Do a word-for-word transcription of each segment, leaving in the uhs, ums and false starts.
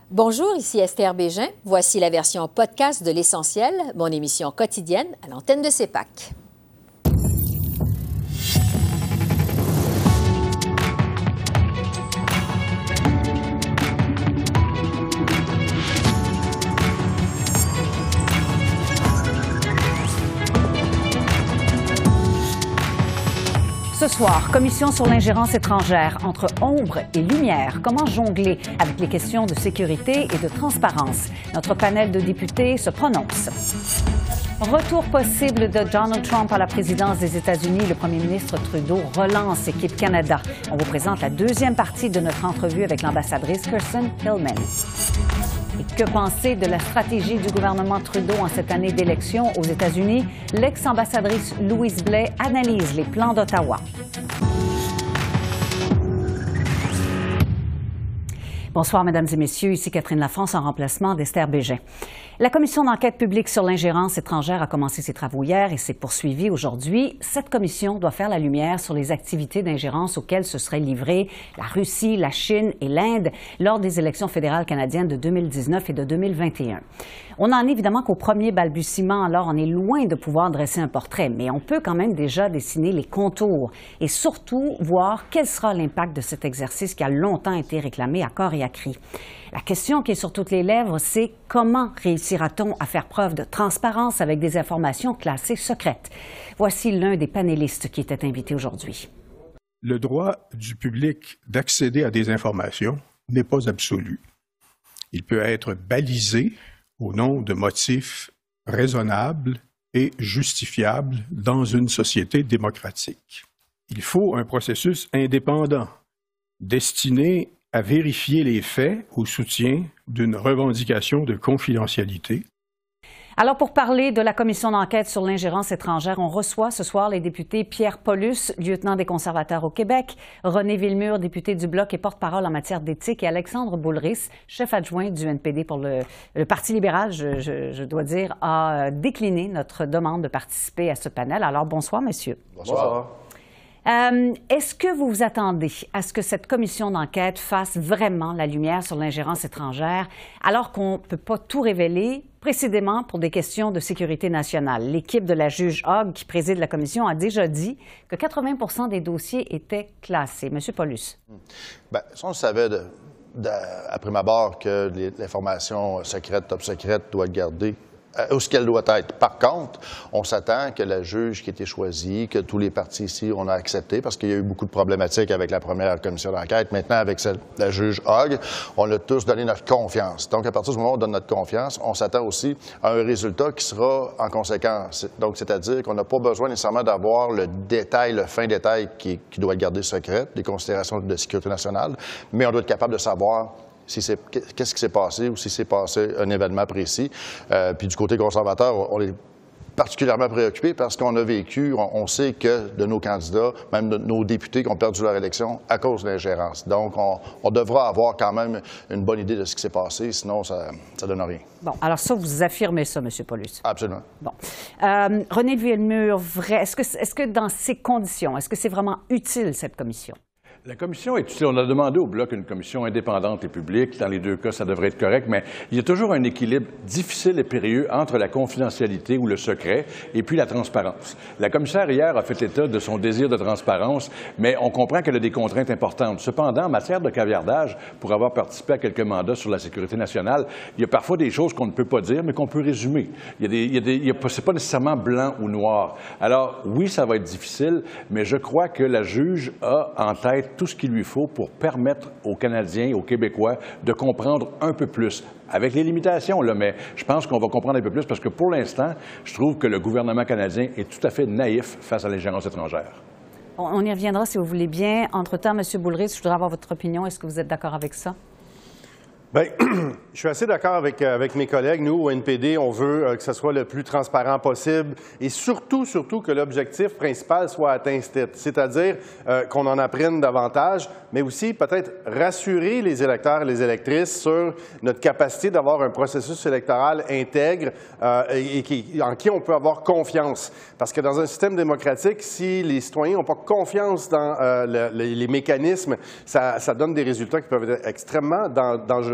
Bonjour, ici Esther Bégin. Voici la version podcast de L'Essentiel, mon émission quotidienne à l'antenne de CEPAC. Ce soir, commission sur l'ingérence étrangère entre ombre et lumière. Comment jongler avec les questions de sécurité et de transparence? Notre panel de députés se prononce. Retour possible de Donald Trump à la présidence des États-Unis. Le premier ministre Trudeau relance Équipe Canada. On vous présente la deuxième partie de notre entrevue avec l'ambassadrice Kirsten Hillman. Et que penser de la stratégie du gouvernement Trudeau en cette année d'élection aux États-Unis? L'ex-ambassadrice Louise Blais analyse les plans d'Ottawa. Bonsoir, Mesdames et Messieurs. Ici Catherine Lafrance en remplacement d'Esther Bégin. La commission d'enquête publique sur l'ingérence étrangère a commencé ses travaux hier et s'est poursuivie aujourd'hui. Cette commission doit faire la lumière sur les activités d'ingérence auxquelles se seraient livrées la Russie, la Chine et l'Inde lors des élections fédérales canadiennes de deux mille dix-neuf et de deux mille vingt et un. On en est évidemment qu'au premier balbutiement, alors on est loin de pouvoir dresser un portrait, mais on peut quand même déjà dessiner les contours et surtout voir quel sera l'impact de cet exercice qui a longtemps été réclamé à corps et à cri. La question qui est sur toutes les lèvres, c'est comment réussira-t-on à faire preuve de transparence avec des informations classées secrètes? Voici l'un des panélistes qui était invité aujourd'hui. Le droit du public d'accéder à des informations n'est pas absolu. Il peut être balisé au nom de motifs raisonnables et justifiables dans une société démocratique. Il faut un processus indépendant, destiné à vérifier les faits au soutien d'une revendication de confidentialité. Alors, pour parler de la commission d'enquête sur l'ingérence étrangère, on reçoit ce soir les députés Pierre Paulus, lieutenant des conservateurs au Québec, René Villemur, député du Bloc et porte-parole en matière d'éthique, et Alexandre Boulris, chef adjoint du N P D pour le, le Parti libéral, je, je, je dois dire, a décliné notre demande de participer à ce panel. Alors, bonsoir, messieurs. Bonsoir. Euh, est-ce que vous vous attendez à ce que cette commission d'enquête fasse vraiment la lumière sur l'ingérence étrangère, alors qu'on ne peut pas tout révéler précisément pour des questions de sécurité nationale? L'équipe de la juge Hogg, qui préside la commission, a déjà dit que quatre-vingts pour cent des dossiers étaient classés. Monsieur Paulus. Bien, si on savait, de, de, à prime abord, que l'information secrète, top secrète, doit être gardée où ce qu'elle doit être. Par contre, on s'attend que la juge qui a été choisie, que tous les partis ici, on a accepté, parce qu'il y a eu beaucoup de problématiques avec la première commission d'enquête. Maintenant, avec celle, la juge Hogg, on a tous donné notre confiance. Donc, à partir du moment où on donne notre confiance, on s'attend aussi à un résultat qui sera en conséquence. Donc, c'est-à-dire qu'on n'a pas besoin nécessairement d'avoir le détail, le fin détail qui, qui doit être gardé secret, des considérations de sécurité nationale, mais on doit être capable de savoir si c'est, qu'est-ce qui s'est passé ou si c'est passé un événement précis. Euh, puis du côté conservateur, on est particulièrement préoccupé parce qu'on a vécu, on, on sait que de nos candidats, même de nos députés qui ont perdu leur élection à cause de l'ingérence. Donc, on, on devra avoir quand même une bonne idée de ce qui s'est passé, sinon ça ne donne rien. Bon, alors ça, vous affirmez ça, M. Paulus? Absolument. Bon. Euh, René Villemur, vrai, est-ce que, est-ce que dans ces conditions, est-ce que c'est vraiment utile, cette commission? La commission est utile. On a demandé au Bloc une commission indépendante et publique. Dans les deux cas, ça devrait être correct, mais il y a toujours un équilibre difficile et périlleux entre la confidentialité ou le secret et puis la transparence. La commissaire, hier, a fait état de son désir de transparence, mais on comprend qu'elle a des contraintes importantes. Cependant, en matière de caviardage, pour avoir participé à quelques mandats sur la sécurité nationale, il y a parfois des choses qu'on ne peut pas dire, mais qu'on peut résumer. Il y a des, il y a des, il y a, c'est pas nécessairement blanc ou noir. Alors, oui, ça va être difficile, mais je crois que la juge a en tête tout ce qu'il lui faut pour permettre aux Canadiens et aux Québécois de comprendre un peu plus, avec les limitations, là, mais je pense qu'on va comprendre un peu plus parce que pour l'instant, je trouve que le gouvernement canadien est tout à fait naïf face à l'ingérence étrangère. On y reviendra si vous voulez bien. Entre-temps, M. Boulris, je voudrais avoir votre opinion. Est-ce que vous êtes d'accord avec ça? Bien, je suis assez d'accord avec, avec mes collègues. Nous, au N P D, on veut que ce soit le plus transparent possible et surtout, surtout que l'objectif principal soit atteint, c'est-à-dire euh, qu'on en apprenne davantage, mais aussi peut-être rassurer les électeurs et les électrices sur notre capacité d'avoir un processus électoral intègre euh, et, et qui, en qui on peut avoir confiance. Parce que dans un système démocratique, si les citoyens n'ont pas confiance dans euh, le, les, les mécanismes, ça, ça donne des résultats qui peuvent être extrêmement dangereux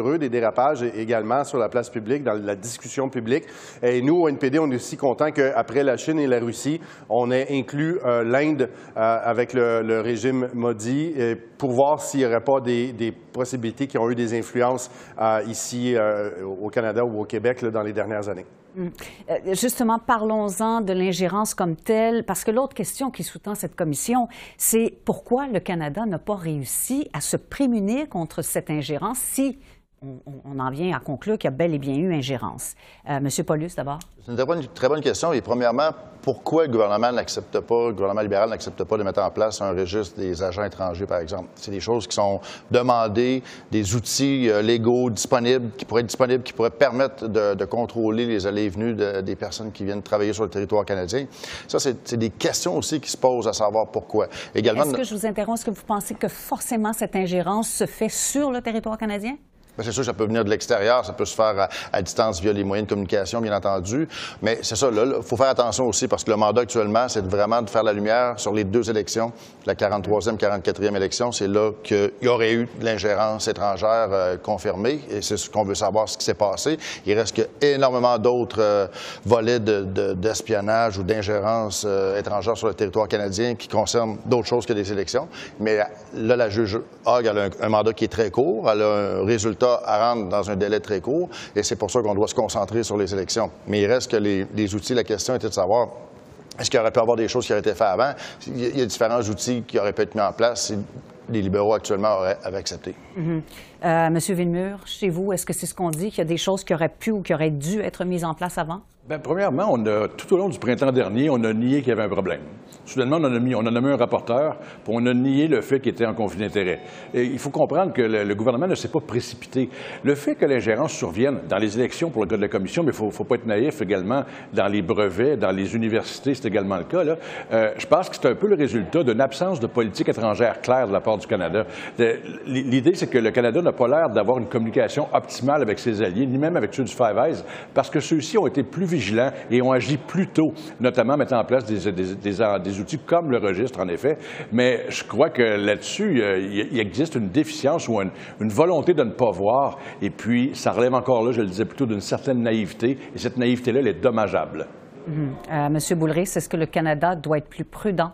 dangereux, des dérapages également sur la place publique, dans la discussion publique. Et nous, au N P D, on est aussi contents qu'après la Chine et la Russie, on ait inclus euh, l'Inde euh, avec le, le régime Modi et pour voir s'il n'y aurait pas des, des possibilités qui ont eu des influences euh, ici euh, au Canada ou au Québec là, dans les dernières années. Hum. Euh, justement, parlons-en de l'ingérence comme telle, parce que l'autre question qui sous-tend cette commission, c'est pourquoi le Canada n'a pas réussi à se prémunir contre cette ingérence si on, on en vient à conclure qu'il y a bel et bien eu ingérence. Euh, Monsieur Paulus, d'abord. C'est une très bonne, très bonne question. Et premièrement, pourquoi le gouvernement n'accepte pas, le gouvernement libéral n'accepte pas de mettre en place un registre des agents étrangers, par exemple? C'est des choses qui sont demandées, des outils euh, légaux disponibles, qui pourraient être disponibles, qui pourraient permettre de, de contrôler les allées et venues de, des personnes qui viennent travailler sur le territoire canadien. Ça, c'est des questions aussi qui se posent à savoir pourquoi. Également, est-ce que je vous interromps, est-ce que vous pensez que forcément cette ingérence se fait sur le territoire canadien? C'est sûr que ça peut venir de l'extérieur, ça peut se faire à, à distance via les moyens de communication, bien entendu. Mais c'est ça, là, il faut faire attention aussi parce que le mandat actuellement, c'est vraiment de faire la lumière sur les deux élections. La quarante-troisième, quarante-quatrième élection, c'est là qu'il y aurait eu de l'ingérence étrangère euh, confirmée et c'est ce qu'on veut savoir, ce qui s'est passé. Il reste que énormément d'autres euh, volets d'espionnage de, de, ou d'ingérence euh, étrangère sur le territoire canadien qui concernent d'autres choses que des élections. Mais là, la juge Hogg, elle a un, un mandat qui est très court, elle a un résultat à rendre dans un délai très court, et c'est pour ça qu'on doit se concentrer sur les élections. Mais il reste que les, les outils, la question était de savoir, est-ce qu'il aurait pu y avoir des choses qui auraient été faites avant? Il y a différents outils qui auraient pu être mis en place si les libéraux actuellement auraient, avaient accepté. Mm-hmm. euh, Monsieur Villemure, chez vous, est-ce que c'est ce qu'on dit, qu'il y a des choses qui auraient pu ou qui auraient dû être mises en place avant? Bien, premièrement, on a, tout au long du printemps dernier, on a nié qu'il y avait un problème. Soudainement, on en a, mis, on a nommé un rapporteur, puis on a nié le fait qu'il était en conflit d'intérêts. Et il faut comprendre que le, le gouvernement ne s'est pas précipité. Le fait que l'ingérence survienne dans les élections pour le cas de la commission, mais il ne faut pas être naïf également dans les brevets, dans les universités, c'est également le cas, là. Euh, je pense que c'est un peu le résultat d'une absence de politique étrangère claire de la part du Canada. L'idée, c'est que le Canada n'a pas l'air d'avoir une communication optimale avec ses alliés, ni même avec ceux du Five Eyes, parce que ceux-ci ont été plus vigilants et ont agi plus tôt, notamment mettant en place des, des, des, des outils comme le registre, en effet. Mais je crois que là-dessus, euh, il existe une déficience ou une, une volonté de ne pas voir. Et puis, ça relève encore là, je le disais plutôt, d'une certaine naïveté. Et cette naïveté-là, elle est dommageable. Mmh. Euh, Monsieur Boulris, est-ce que le Canada doit être plus prudent?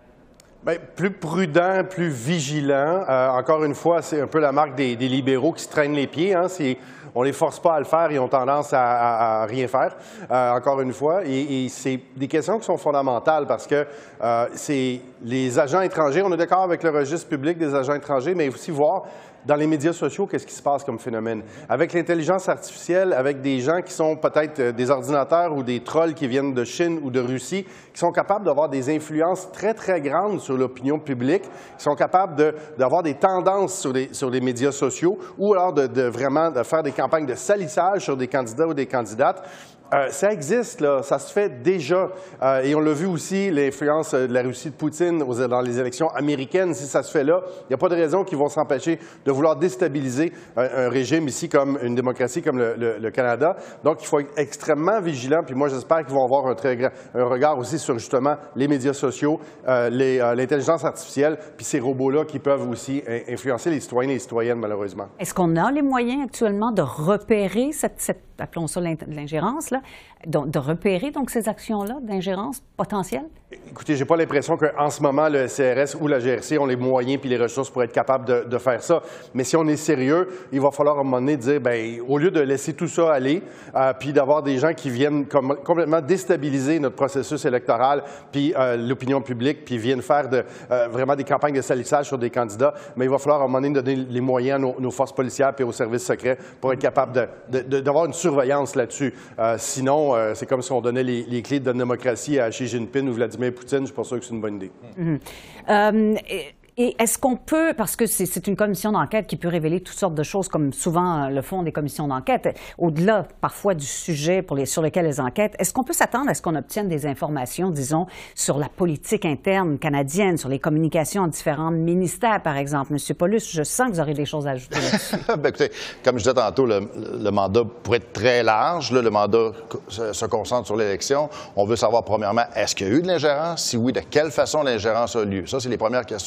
Bien, plus prudent, plus vigilant. Euh, encore une fois, c'est un peu la marque des, des libéraux qui se traînent les pieds. Hein. On ne les force pas à le faire, ils ont tendance à, à, à rien faire, euh, encore une fois. Et, et c'est des questions qui sont fondamentales parce que euh, c'est les agents étrangers, on est d'accord avec le registre public des agents étrangers, mais aussi voir dans les médias sociaux, qu'est-ce qui se passe comme phénomène? Avec l'intelligence artificielle, avec des gens qui sont peut-être des ordinateurs ou des trolls qui viennent de Chine ou de Russie, qui sont capables d'avoir des influences très, très grandes sur l'opinion publique, qui sont capables d'avoir de, des tendances sur les, sur les médias sociaux ou alors de, de vraiment de faire des campagnes de salissage sur des candidats ou des candidates. Euh, ça existe, là, ça se fait déjà. Euh, et on l'a vu aussi, l'influence de la Russie de Poutine aux, dans les élections américaines. Si ça se fait là, il n'y a pas de raison qu'ils vont s'empêcher de vouloir déstabiliser un, un régime ici comme une démocratie comme le, le, le Canada. Donc, il faut être extrêmement vigilant. Puis moi, j'espère qu'ils vont avoir un, très grand, un regard aussi sur justement les médias sociaux, euh, l'intelligence euh, artificielle, puis ces robots-là qui peuvent aussi influencer les citoyens et les citoyennes, malheureusement. Est-ce qu'on a les moyens actuellement de repérer cette, cette appelons ça l'ingérence, là, de, de repérer donc ces actions-là d'ingérence potentielle? Écoutez, j'ai pas l'impression qu'en ce moment, le C R S ou la G R C ont les moyens puis les ressources pour être capables de, de faire ça. Mais si on est sérieux, il va falloir à un moment donné dire, bien, au lieu de laisser tout ça aller, euh, puis d'avoir des gens qui viennent com complètement déstabiliser notre processus électoral, puis euh, l'opinion publique, puis viennent faire de, euh, vraiment des campagnes de salissage sur des candidats, mais il va falloir à un moment donné donner les moyens à nos, nos forces policières puis aux services secrets pour être capable d'avoir de, de, de, une surveillance là-dessus. Euh, sinon, euh, c'est comme si on donnait les, les clés de notre démocratie à Xi Jinping ou Vladimir Poutine. Je suis pas sûr que c'est une bonne idée. Mmh. Euh, et... Et est-ce qu'on peut, parce que c'est une commission d'enquête qui peut révéler toutes sortes de choses, comme souvent le font des commissions d'enquête, au-delà parfois du sujet pour les, sur lequel elles enquêtent, est-ce qu'on peut s'attendre à ce qu'on obtienne des informations, disons, sur la politique interne canadienne, sur les communications en différents ministères, par exemple? Monsieur Paulus, je sens que vous aurez des choses à ajouter là-dessus. Bien, écoutez, comme je disais tantôt, le, le mandat pourrait être très large. Là, le mandat se, se concentre sur l'élection. On veut savoir, premièrement, est-ce qu'il y a eu de l'ingérence? Si oui, de quelle façon l'ingérence a lieu? Ça, c'est les premières questions à répondre.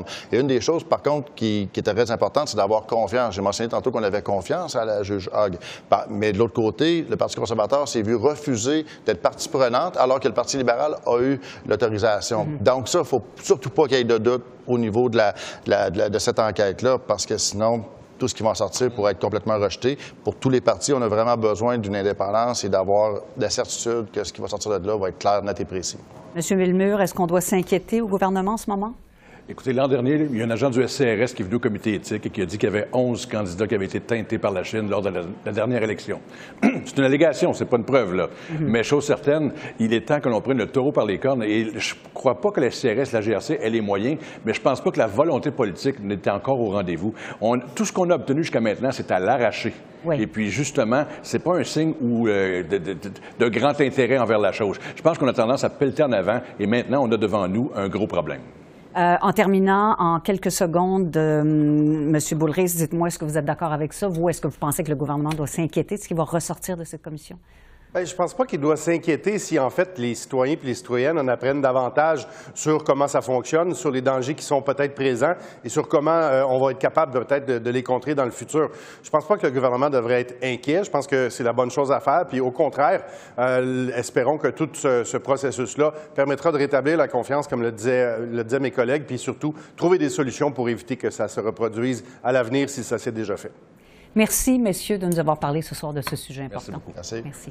normes. Et une des choses, par contre, qui, qui était très importante, c'est d'avoir confiance. J'ai mentionné tantôt qu'on avait confiance à la juge Hogg. Mais de l'autre côté, le Parti conservateur s'est vu refuser d'être partie prenante alors que le Parti libéral a eu l'autorisation. Mm-hmm. Donc ça, il ne faut surtout pas qu'il y ait de doute au niveau de, la, de, la, de, la, de cette enquête-là, parce que sinon, tout ce qui va en sortir pourrait être complètement rejeté. Pour tous les partis, on a vraiment besoin d'une indépendance et d'avoir la certitude que ce qui va sortir de là va être clair, net et précis. M. Villemure, est-ce qu'on doit s'inquiéter au gouvernement en ce moment? Écoutez, l'an dernier, il y a un agent du S C R S qui est venu au comité éthique et qui a dit qu'il y avait onze candidats qui avaient été teintés par la Chine lors de la, la dernière élection. C'est une allégation, c'est pas une preuve, là. Mm-hmm. Mais chose certaine, il est temps que l'on prenne le taureau par les cornes. Et je ne crois pas que la S C R S, la G R C ait les moyens, mais je pense pas que la volonté politique n'était encore au rendez-vous. On, tout ce qu'on a obtenu jusqu'à maintenant, c'est à l'arracher. Oui. Et puis, justement, c'est pas un signe où, euh, de, de, de, de grand intérêt envers la chose. Je pense qu'on a tendance à pelleter en avant et maintenant, on a devant nous un gros problème. Euh, en terminant, en quelques secondes, euh, M. Boulris, dites-moi, est-ce que vous êtes d'accord avec ça? Vous, est-ce que vous pensez que le gouvernement doit s'inquiéter de ce qui va ressortir de cette commission? Bien, je ne pense pas qu'il doit s'inquiéter si, en fait, les citoyens et les citoyennes en apprennent davantage sur comment ça fonctionne, sur les dangers qui sont peut-être présents et sur comment euh, on va être capable de, peut-être de, de les contrer dans le futur. Je ne pense pas que le gouvernement devrait être inquiet. Je pense que c'est la bonne chose à faire. Puis, au contraire, euh, espérons que tout ce, ce processus-là permettra de rétablir la confiance, comme le disaient, le disaient mes collègues, puis surtout trouver des solutions pour éviter que ça se reproduise à l'avenir si ça s'est déjà fait. Merci, messieurs, de nous avoir parlé ce soir de ce sujet important. Merci beaucoup. Merci. Merci.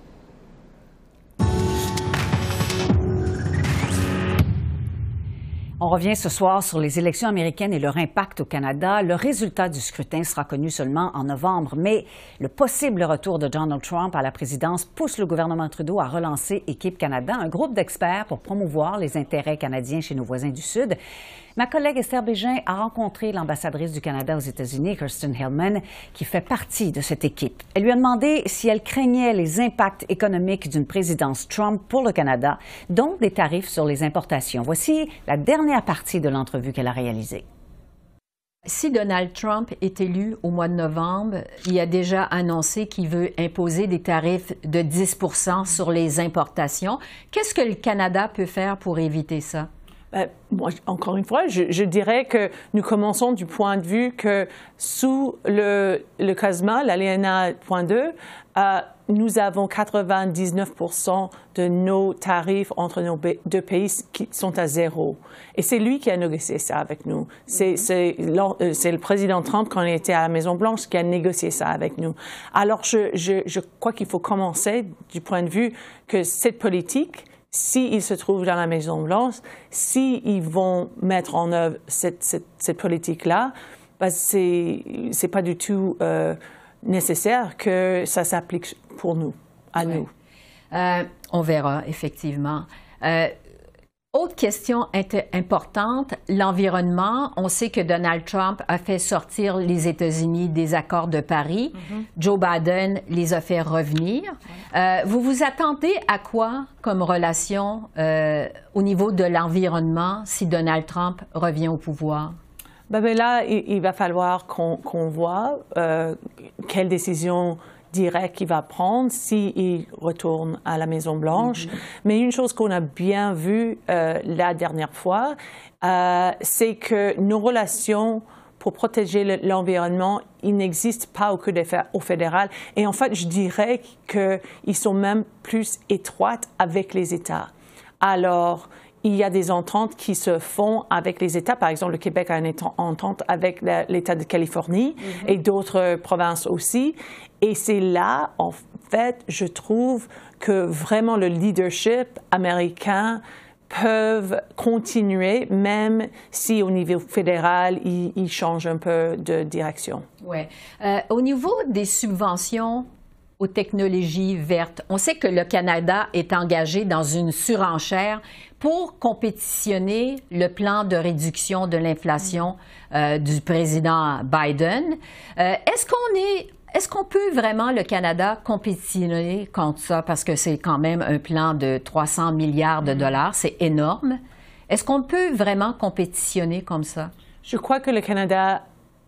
On revient ce soir sur les élections américaines et leur impact au Canada. Le résultat du scrutin sera connu seulement en novembre, mais le possible retour de Donald Trump à la présidence pousse le gouvernement Trudeau à relancer Équipe Canada, un groupe d'experts pour promouvoir les intérêts canadiens chez nos voisins du Sud. Ma collègue Esther Bégin a rencontré l'ambassadrice du Canada aux États-Unis, Kirsten Hillman, qui fait partie de cette équipe. Elle lui a demandé si elle craignait les impacts économiques d'une présidence Trump pour le Canada, dont des tarifs sur les importations. Voici la dernière partie de l'entrevue qu'elle a réalisée. Si Donald Trump est élu au mois de novembre, il a déjà annoncé qu'il veut imposer des tarifs de dix pour cent sur les importations. Qu'est-ce que le Canada peut faire pour éviter ça? Euh, moi, encore une fois, je, je dirais que nous commençons du point de vue que sous le, le COSMA, l'alinéa point deux, euh, nous avons quatre-vingt-dix-neuf pour cent de nos tarifs entre nos deux pays qui sont à zéro. Et c'est lui qui a négocié ça avec nous. C'est, c'est, c'est le président Trump, quand il était à la Maison-Blanche, qui a négocié ça avec nous. Alors, je, je, je crois qu'il faut commencer du point de vue que cette politique, s'ils se trouvent dans la Maison-Blanche, s'ils vont mettre en œuvre cette, cette, cette politique-là, ben c'est, c'est pas du tout euh, nécessaire que ça s'applique pour nous, à oui. nous. Euh, on verra, effectivement. Euh, Autre question importante, l'environnement. On sait que Donald Trump a fait sortir les États-Unis des accords de Paris. Mm-hmm. Joe Biden les a fait revenir. Euh, vous vous attendez à quoi comme relation euh, au niveau de l'environnement si Donald Trump revient au pouvoir? Ben, ben là, il, il va falloir qu'on, qu'on voit euh, quelles décisions direct qu'il va prendre s'il retourne à la Maison-Blanche. Mm-hmm. Mais une chose qu'on a bien vue euh, la dernière fois, euh, c'est que nos relations pour protéger le, l'environnement, ils n'existent pas au, au fédéral. Et en fait, je dirais qu'ils sont même plus étroites avec les États. Alors, il y a des ententes qui se font avec les États. Par exemple, le Québec a une entente avec l'État de Californie mm-hmm. et d'autres provinces aussi. Et c'est là, en fait, je trouve que vraiment le leadership américain peuvent continuer, même si au niveau fédéral, ils, ils changent un peu de direction. Oui. Euh, au niveau des subventions aux technologies vertes, on sait que le Canada est engagé dans une surenchère pour compétitionner le plan de réduction de l'inflation euh, du président Biden. Euh, est-ce qu'on est Est-ce qu'on peut vraiment, le Canada, compétitionner contre ça? Parce que c'est quand même un plan de trois cents milliards de dollars, c'est énorme. Est-ce qu'on peut vraiment compétitionner comme ça? Je crois que le Canada,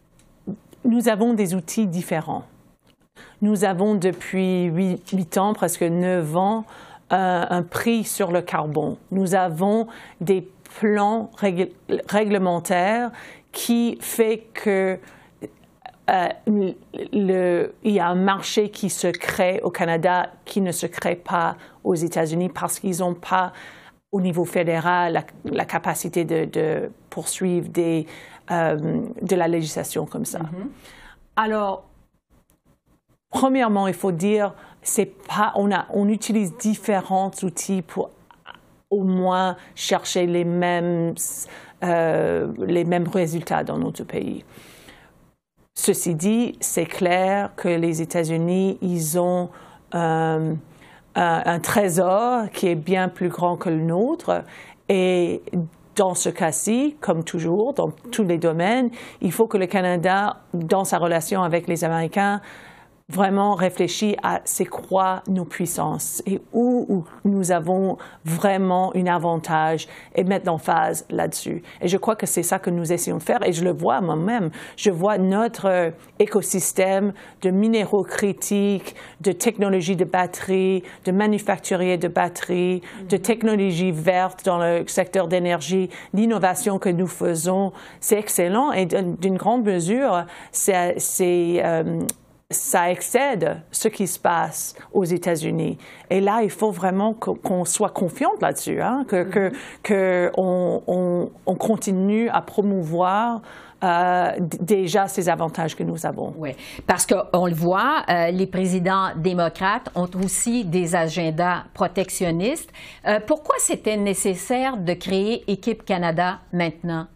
nous avons des outils différents. Nous avons depuis huit ans, presque neuf ans, euh, un prix sur le carbone. Nous avons des plan rég réglementaire qui fait que euh, le, il y a un marché qui se crée au Canada qui ne se crée pas aux États-Unis parce qu'ils n'ont pas, au niveau fédéral, la, la capacité de, de poursuivre des, euh, de la législation comme ça. Mm-hmm. Alors, premièrement, il faut dire, c'est pas, on, a, on utilise différents outils pour au moins chercher les mêmes, euh, les mêmes résultats dans notre pays. Ceci dit, c'est clair que les États-Unis, ils ont euh, un, un trésor qui est bien plus grand que le nôtre et dans ce cas-ci, comme toujours, dans tous les domaines, il faut que le Canada, dans sa relation avec les Américains, vraiment réfléchit à c'est quoi nos puissances et où, où nous avons vraiment un avantage et mettre l'emphase là-dessus. Et je crois que c'est ça que nous essayons de faire et je le vois moi-même. Je vois notre écosystème de minéraux critiques, de technologies de batterie, de manufacturiers de batterie, de technologies vertes dans le secteur d'énergie, l'innovation que nous faisons. C'est excellent et d'une grande mesure, c'est euh, ça excède ce qui se passe aux États-Unis. Et là, il faut vraiment qu'on soit confiante là-dessus, hein, que, que, que on, on, on continue à promouvoir euh, déjà ces avantages que nous avons. Oui, parce qu'on le voit, euh, les présidents démocrates ont aussi des agendas protectionnistes. Euh, pourquoi c'était nécessaire de créer Équipe Canada maintenant?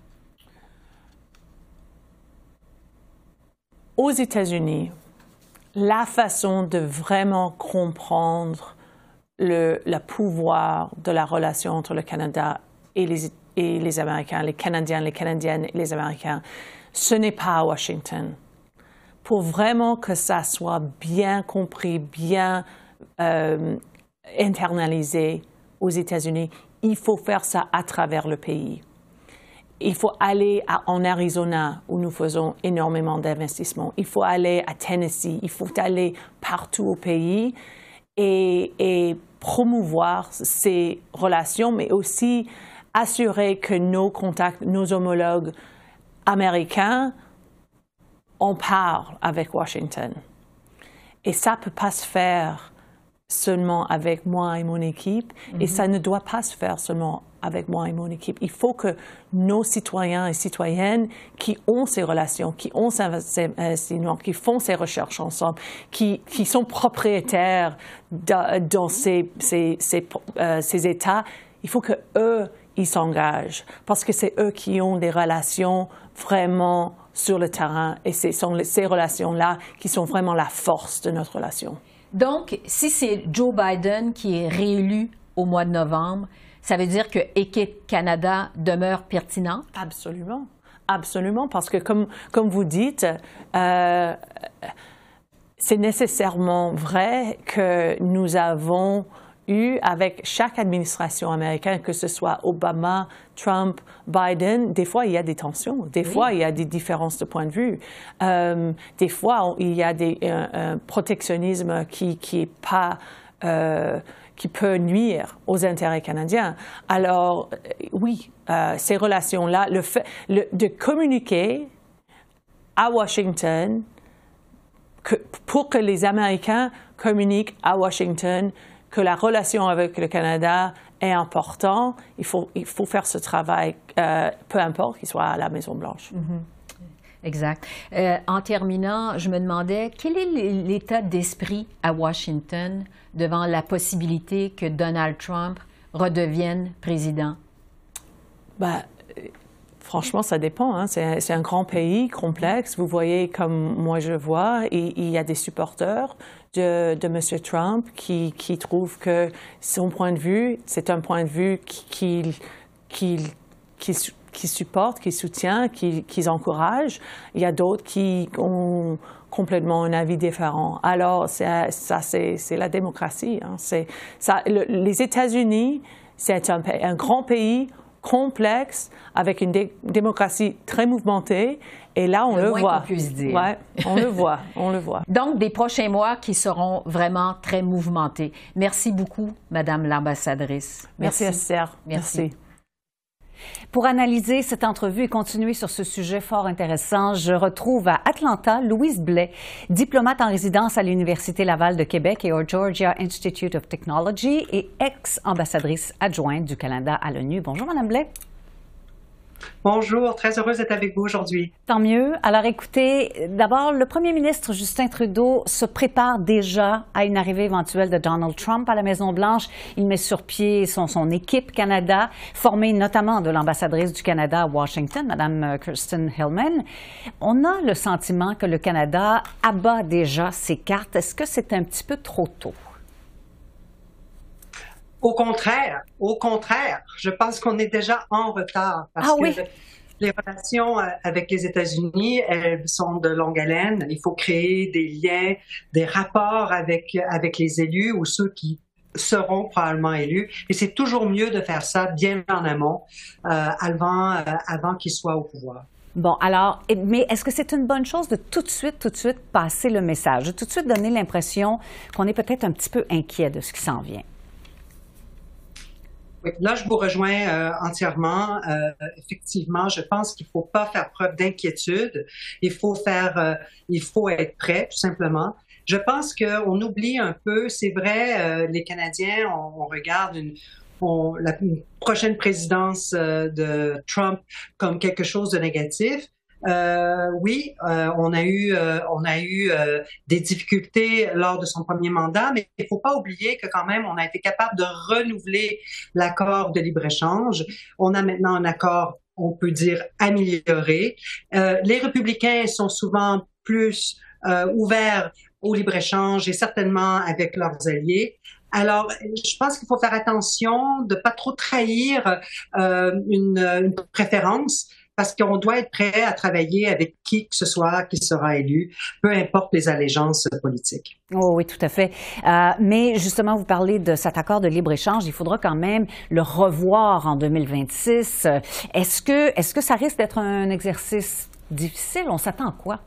Aux États-Unis, la façon de vraiment comprendre le, le pouvoir de la relation entre le Canada et les, et les Américains, les Canadiens, les Canadiennes et les Américains, ce n'est pas à Washington. Pour vraiment que ça soit bien compris, bien euh, internalisé aux États-Unis, il faut faire ça à travers le pays. Il faut aller à, en Arizona, où nous faisons énormément d'investissements. Il faut aller à Tennessee. Il faut aller partout au pays et, et promouvoir ces relations, mais aussi assurer que nos contacts, nos homologues américains, en parlent avec Washington. Et ça ne peut pas se faire seulement avec moi et mon équipe, mm-hmm. et ça ne doit pas se faire seulement avec moi et mon équipe. Il faut que nos citoyens et citoyennes qui ont ces relations, qui ont ces investissements, qui font ces recherches ensemble, qui, qui sont propriétaires de, dans ces, ces, ces, euh, ces États, il faut qu'eux, ils s'engagent parce que c'est eux qui ont des relations vraiment sur le terrain et ce sont ces relations-là qui sont vraiment la force de notre relation. Donc, si c'est Joe Biden qui est réélu au mois de novembre, ça veut dire que Équipe Canada demeure pertinente? Absolument. Absolument, parce que comme, comme vous dites, euh, c'est nécessairement vrai que nous avons eu avec chaque administration américaine, que ce soit Obama, Trump, Biden, des fois il y a des tensions, des oui. fois il y a des différences de point de vue, euh, des fois il y a des, un, un protectionnisme qui qui est pas euh, qui peut nuire aux intérêts canadiens. Alors oui, euh, ces relations-là, le fait le, de communiquer à Washington que, pour que les Américains communiquent à Washington que la relation avec le Canada est importante, il faut, il faut faire ce travail, euh, peu importe qu'il soit à la Maison-Blanche. Mm-hmm. Exact. Euh, en terminant, je me demandais, quel est l'état d'esprit à Washington devant la possibilité que Donald Trump redevienne président? Ben, franchement, ça dépend. Hein. C'est un grand pays complexe. Vous voyez, comme moi je vois, il, il y a des supporters de, de M. Trump qui, qui trouvent que son point de vue, c'est un point de vue qu'il qu'il qu'il qui supporte, qui soutient, qui, qui encourage. Il y a d'autres qui ont complètement un avis différent. Alors, ça, c'est la démocratie. Hein. Ça, le, les États-Unis, c'est un, un grand pays complexe, avec une dé démocratie très mouvementée. Et là, on le, le voit. Qu'on puisse dire. Ouais, on le voit, on le voit. Donc, des prochains mois qui seront vraiment très mouvementés. Merci beaucoup, Madame l'ambassadrice. Merci, Merci Esther. Merci. Merci. Pour analyser cette entrevue et continuer sur ce sujet fort intéressant, je retrouve à Atlanta Louise Blais, diplomate en résidence à l'Université Laval de Québec et au Georgia Institute of Technology et ex-ambassadrice adjointe du Canada à l'ONU. Bonjour, Madame Blais. Bonjour, très heureuse d'être avec vous aujourd'hui. Tant mieux. Alors écoutez, d'abord, le premier ministre Justin Trudeau se prépare déjà à une arrivée éventuelle de Donald Trump à la Maison-Blanche. Il met sur pied son, son équipe Canada, formée notamment de l'ambassadrice du Canada à Washington, Mme Kirsten Hillman. On a le sentiment que le Canada abat déjà ses cartes. Est-ce que c'est un petit peu trop tôt? Au contraire, au contraire, je pense qu'on est déjà en retard parce ah, oui. que les relations avec les États-Unis, elles sont de longue haleine. Il faut créer des liens, des rapports avec, avec les élus ou ceux qui seront probablement élus. Et c'est toujours mieux de faire ça bien en amont, euh, avant, euh, avant qu'ils soient au pouvoir. Bon, alors, mais est-ce que c'est une bonne chose de tout de suite, tout de suite passer le message, de tout de suite donner l'impression qu'on est peut-être un petit peu inquiet de ce qui s'en vient? Oui, là, je vous rejoins euh, entièrement. Euh, effectivement, je pense qu'il ne faut pas faire preuve d'inquiétude. Il faut faire, euh, il faut être prêt, tout simplement. Je pense qu'on oublie un peu, c'est vrai, euh, les Canadiens, on, on regarde une, on, la une prochaine présidence euh, de Trump comme quelque chose de négatif. Euh, oui, euh, on a eu, euh, on a eu euh, des difficultés lors de son premier mandat, mais il ne faut pas oublier que quand même, on a été capable de renouveler l'accord de libre-échange. On a maintenant un accord, on peut dire, amélioré. Euh, les républicains sont souvent plus euh, ouverts au libre-échange et certainement avec leurs alliés. Alors, je pense qu'il faut faire attention de pas trop trahir euh, une, une préférence, parce qu'on doit être prêt à travailler avec qui que ce soit qui sera élu, peu importe les allégeances politiques. Oh oui, tout à fait. Euh, mais justement, vous parlez de cet accord de libre-échange. Il faudra quand même le revoir en deux mille vingt-six. Est-ce que, est-ce que ça risque d'être un exercice difficile? On s'attend à quoi?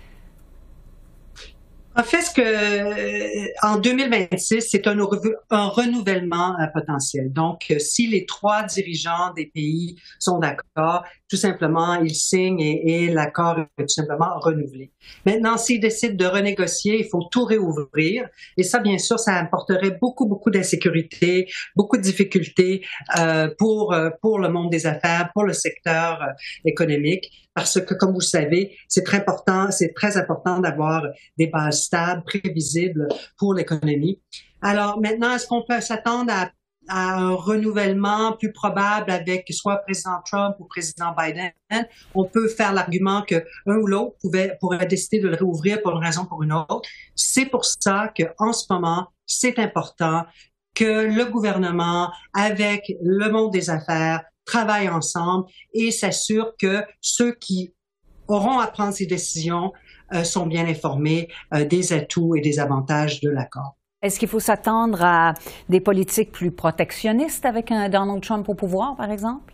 En fait, ce que, en deux mille vingt-six, c'est un, un renouvellement potentiel. Donc, si les trois dirigeants des pays sont d'accord, tout simplement, ils signent et, et l'accord est tout simplement renouvelé. Maintenant, s'ils décident de renégocier, il faut tout réouvrir. Et ça, bien sûr, ça apporterait beaucoup, beaucoup d'insécurité, beaucoup de difficultés euh, pour, pour le monde des affaires, pour le secteur euh, économique. Parce que, comme vous le savez, c'est très important, c'est très important d'avoir des bases stables, prévisibles pour l'économie. Alors maintenant, est-ce qu'on peut s'attendre à, à un renouvellement plus probable avec soit président Trump ou président Biden? On peut faire l'argument que un ou l'autre pouvait, pourrait décider de le réouvrir pour une raison ou pour une autre. C'est pour ça qu'en ce moment, c'est important que le gouvernement, avec le monde des affaires, travaillent ensemble et s'assurent que ceux qui auront à prendre ces décisions euh, sont bien informés euh, des atouts et des avantages de l'accord. Est-ce qu'il faut s'attendre à des politiques plus protectionnistes avec un Donald Trump au pouvoir, par exemple?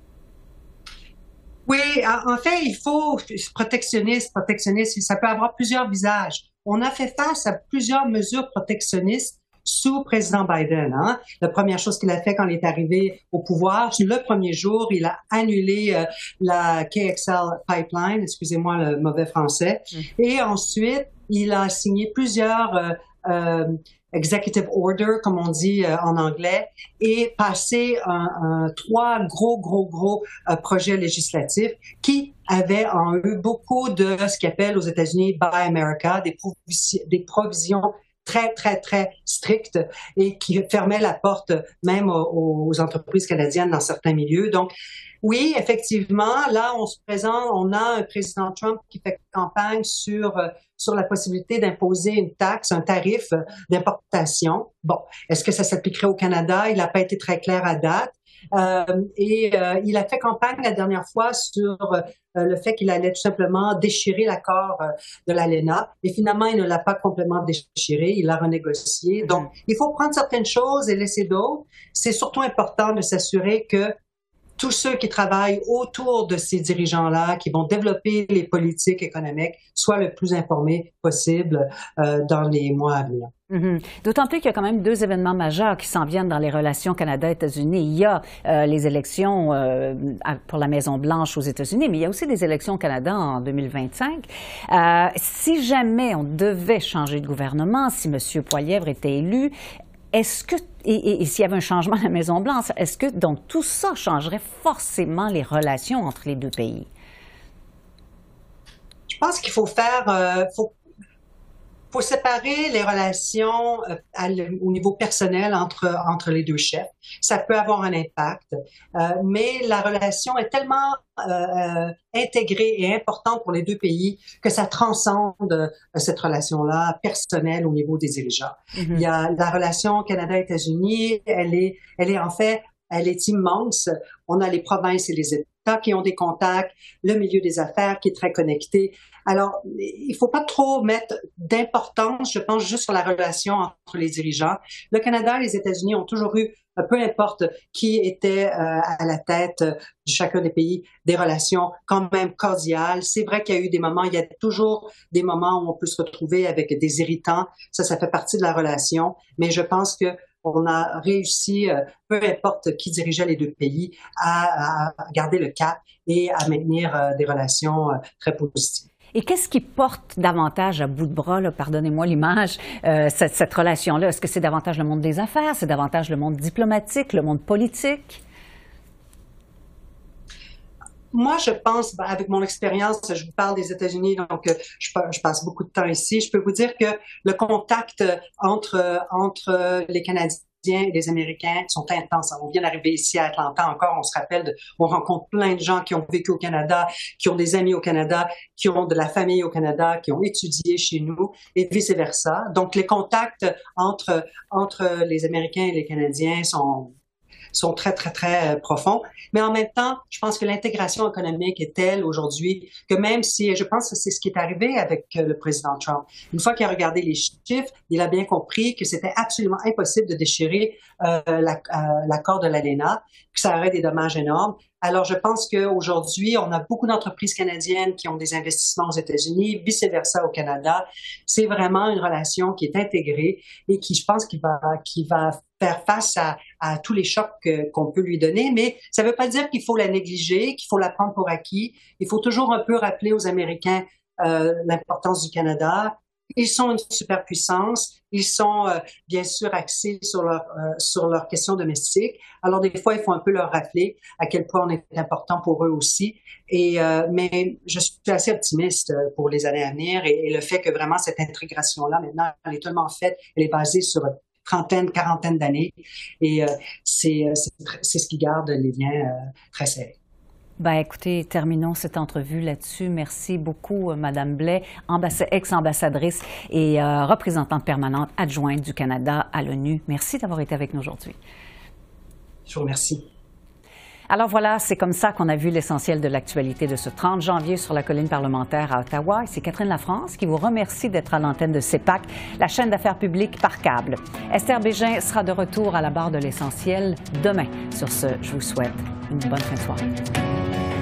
Oui, en fait, il faut protectionniste, protectionniste, ça peut avoir plusieurs visages. On a fait face à plusieurs mesures protectionnistes sous président Biden. Hein. La première chose qu'il a fait quand il est arrivé au pouvoir, le premier jour, il a annulé euh, la K X L pipeline, excusez-moi le mauvais français, mmh. et ensuite, il a signé plusieurs euh, euh, executive order, comme on dit euh, en anglais, et passé un, un, trois gros, gros, gros euh, projets législatifs qui avaient en eux beaucoup de ce qu'ils appellent aux États-Unis Buy America, des, provis- des provisions très, très, très strictes et qui fermaient la porte même aux, aux entreprises canadiennes dans certains milieux. Donc, oui, effectivement, là, on se présente, on a un président Trump qui fait campagne sur sur la possibilité d'imposer une taxe, un tarif d'importation. Bon, est-ce que ça s'appliquerait au Canada? Il n'a pas été très clair à date. Euh, et euh, il a fait campagne la dernière fois sur euh, le fait qu'il allait tout simplement déchirer l'accord euh, de l'ALENA. Et finalement, il ne l'a pas complètement déchiré, il l'a renégocié. Donc, il faut prendre certaines choses et laisser d'autres. C'est surtout important de s'assurer que tous ceux qui travaillent autour de ces dirigeants-là, qui vont développer les politiques économiques, soient le plus informés possible euh, dans les mois à venir. Mm-hmm. D'autant plus qu'il y a quand même deux événements majeurs qui s'en viennent dans les relations Canada-États-Unis. Il y a euh, les élections euh, pour la Maison-Blanche aux États-Unis, mais il y a aussi des élections au Canada en deux mille vingt-cinq. Euh, si jamais on devait changer de gouvernement, si M. Poilievre était élu, est-ce que, et, et, et s'il y avait un changement à la Maison-Blanche, est-ce que donc tout ça changerait forcément les relations entre les deux pays? Je pense qu'il faut faire, euh, faut faut séparer les relations euh, à le, au niveau personnel entre entre les deux chefs. Ça peut avoir un impact, euh, mais la relation est tellement euh, intégrée et importante pour les deux pays que ça transcende euh, cette relation-là personnelle au niveau des dirigeants. Mm-hmm. Il y a la relation Canada-États-Unis, elle est, elle est en fait, elle est immense. On a les provinces et les États qui ont des contacts, le milieu des affaires qui est très connecté. Alors, il faut pas trop mettre d'importance, je pense, juste sur la relation entre les dirigeants. Le Canada et les États-Unis ont toujours eu, peu importe qui était euh, à la tête de chacun des pays, des relations quand même cordiales. C'est vrai qu'il y a eu des moments, il y a toujours des moments où on peut se retrouver avec des irritants. Ça, ça fait partie de la relation. Mais je pense que on a réussi, euh, peu importe qui dirigeait les deux pays, à, à garder le cap et à maintenir euh, des relations euh, très positives. Et qu'est-ce qui porte davantage à bout de bras, là, pardonnez-moi l'image, euh, cette, cette relation-là? Est-ce que c'est davantage le monde des affaires, c'est davantage le monde diplomatique, le monde politique? Moi, je pense, avec mon expérience, je vous parle des États-Unis, donc je, je passe beaucoup de temps ici. Je peux vous dire que le contact entre entre les Canadiens et les Américains sont intenses. On vient d'arriver ici à Atlanta encore, on se rappelle, de, on rencontre plein de gens qui ont vécu au Canada, qui ont des amis au Canada, qui ont de la famille au Canada, qui ont étudié chez nous et vice-versa. Donc, les contacts entre entre les Américains et les Canadiens sont sont très, très, très euh, profonds. Mais en même temps, je pense que l'intégration économique est telle aujourd'hui que même si, je pense que c'est ce qui est arrivé avec euh, le président Trump. Une fois qu'il a regardé les chiffres, il a bien compris que c'était absolument impossible de déchirer euh, la, euh, l'accord de l'A L E N A, que ça aurait des dommages énormes. Alors, je pense qu'aujourd'hui, on a beaucoup d'entreprises canadiennes qui ont des investissements aux États-Unis, vice-versa au Canada. C'est vraiment une relation qui est intégrée et qui, je pense, qui va, qui va faire face à, à tous les chocs que, qu'on peut lui donner. Mais ça ne veut pas dire qu'il faut la négliger, qu'il faut la prendre pour acquis. Il faut toujours un peu rappeler aux Américains euh, l'importance du Canada. Ils sont une superpuissance. Ils sont euh, bien sûr axés sur leur euh, sur leurs questions domestiques. Alors des fois, il faut un peu leur rappeler à quel point on est important pour eux aussi. Et euh, mais je suis assez optimiste pour les années à venir et, et le fait que vraiment cette intégration-là maintenant, elle est tellement faite, elle est basée sur trentaine, quarantaine d'années et euh, c'est, c'est c'est ce qui garde les liens euh, très serrés. Ben, écoutez, terminons cette entrevue là-dessus. Merci beaucoup, Madame Blais, ambass- ex-ambassadrice et euh, représentante permanente adjointe du Canada à l'ONU. Merci d'avoir été avec nous aujourd'hui. Je vous remercie. Alors voilà, c'est comme ça qu'on a vu l'essentiel de l'actualité de ce trente janvier sur la colline parlementaire à Ottawa. C'est Catherine Lafrance qui vous remercie d'être à l'antenne de CEPAC, la chaîne d'affaires publiques par câble. Esther Bégin sera de retour à la barre de l'essentiel demain. Sur ce, je vous souhaite une bonne fin de soirée.